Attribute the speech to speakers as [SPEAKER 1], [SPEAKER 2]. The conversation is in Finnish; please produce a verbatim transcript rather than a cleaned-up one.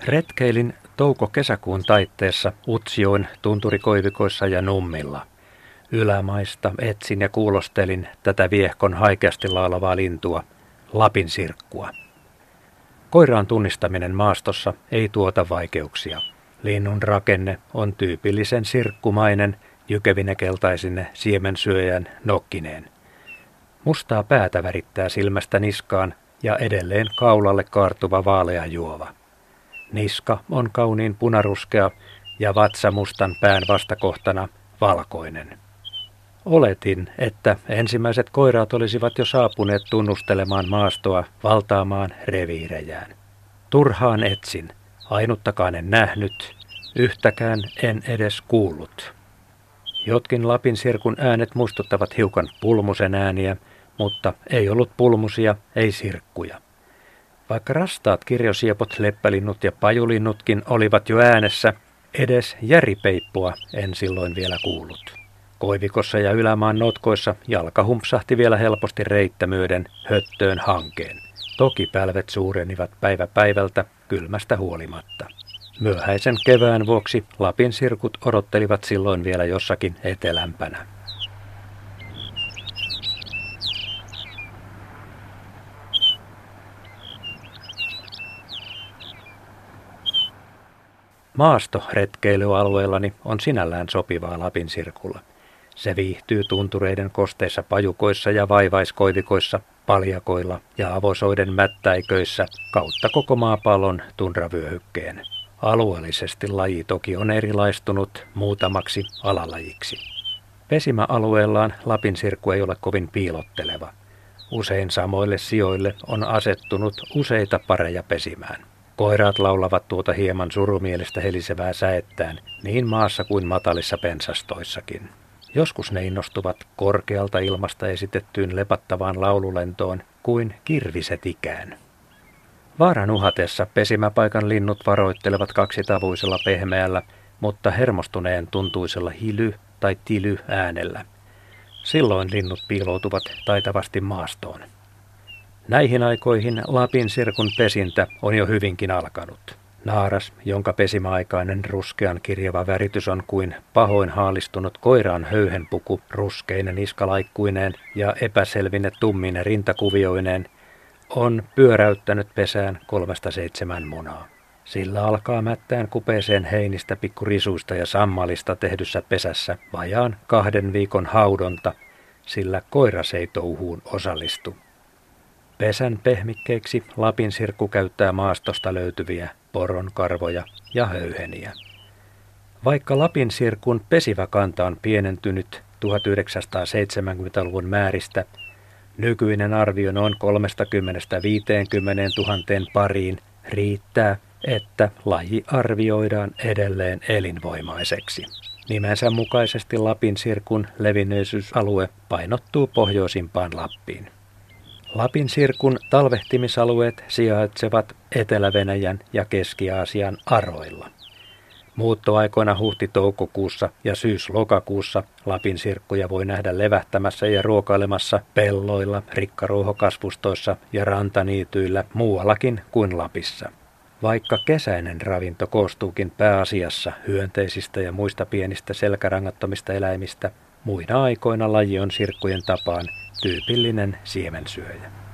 [SPEAKER 1] Retkeilin touko-kesäkuun taitteessa Utsjoen tunturikoivikoissa ja nummilla. Ylämaista etsin ja kuulostelin tätä viehkon haikeasti laulavaa lintua, lapinsirkkua. Koiraan tunnistaminen maastossa ei tuota vaikeuksia. Linnun rakenne on tyypillisen sirkkumainen, jykevine keltaisine siemensyöjän nokkineen. Mustaa päätä värittää silmästä niskaan ja edelleen kaulalle kaartuva vaalea juova. Niska on kauniin punaruskea ja vatsa mustan pään vastakohtana valkoinen. Oletin, että ensimmäiset koiraat olisivat jo saapuneet tunnustelemaan maastoa, valtaamaan reviirejään. Turhaan etsin, ainuttakaan en nähnyt, yhtäkään en edes kuullut. Jotkin lapinsirkun äänet muistuttavat hiukan pulmusen ääniä, mutta ei ollut pulmusia, ei sirkkuja. Vaikka rastaat kirjosiepot, leppälinnut ja pajulinnutkin olivat jo äänessä, edes järipeippua en silloin vielä kuullut. Koivikossa ja ylämaan notkoissa jalka humpsahti vielä helposti reittä myöden höttöön hankeen. Toki pälvet suurenivat päivä päivältä kylmästä huolimatta. Myöhäisen kevään vuoksi Lapin sirkut odottelivat silloin vielä jossakin etelämpänä. Maasto retkeilyalueellani on sinällään sopivaa Lapinsirkulla. Se viihtyy tuntureiden kosteissa pajukoissa ja vaivaiskoivikoissa, paljakoilla ja avosoiden mättäiköissä kautta koko maapallon tundravyöhykkeen. Alueellisesti laji toki on erilaistunut muutamaksi alalajiksi. Pesimäalueellaan Lapinsirkku ei ole kovin piilotteleva. Usein samoille sijoille on asettunut useita pareja pesimään. Koiraat laulavat tuota hieman surumielistä helisevää säettään niin maassa kuin matalissa pensastoissakin. Joskus ne innostuvat korkealta ilmasta esitettyyn lepattavaan laululentoon kuin kirviset ikään. Vaaran uhatessa pesimäpaikan linnut varoittelevat kaksitavuisella pehmeällä, mutta hermostuneen tuntuisella hily- tai tily-äänellä. Silloin linnut piiloutuvat taitavasti maastoon. Näihin aikoihin Lapinsirkun pesintä on jo hyvinkin alkanut. Naaras, jonka pesimäaikainen ruskean kirjava väritys on kuin pahoin haalistunut koiraan höyhenpuku ruskeinen niskalaikkuineen ja epäselvine tummine rintakuvioineen, on pyöräyttänyt pesään kolmesta seitsemän munaa. Sillä alkaa mättään kupeeseen heinistä, pikkurisuista ja sammalista tehdyssä pesässä vajaan kahden viikon haudonta, sillä koiras ei touhuun osallistu. Pesän pehmikkeiksi Lapinsirkku käyttää maastosta löytyviä poronkarvoja ja höyheniä. Vaikka Lapinsirkun pesivä kanta on pienentynyt tuhatyhdeksänsataaseitsemänkymmentäluvun määristä, nykyinen arvio noin kolmekymmentä viisikymmentä tuhatta pariin riittää, että laji arvioidaan edelleen elinvoimaiseksi. Nimensä mukaisesti Lapinsirkun levinneisyysalue painottuu pohjoisimpaan Lappiin. Lapinsirkun talvehtimisalueet sijaitsevat Etelä-Venäjän ja Keski-Aasian aroilla. Muuttoaikoina huhti-toukokuussa ja syys-lokakuussa Lapinsirkkuja voi nähdä levähtämässä ja ruokailemassa pelloilla, rikkaruohokasvustoissa ja rantaniityillä muuallakin kuin Lapissa. Vaikka kesäinen ravinto koostuukin pääasiassa hyönteisistä ja muista pienistä selkärangattomista eläimistä, muina aikoina laji on sirkkujen tapaan tyypillinen siemensyöjä.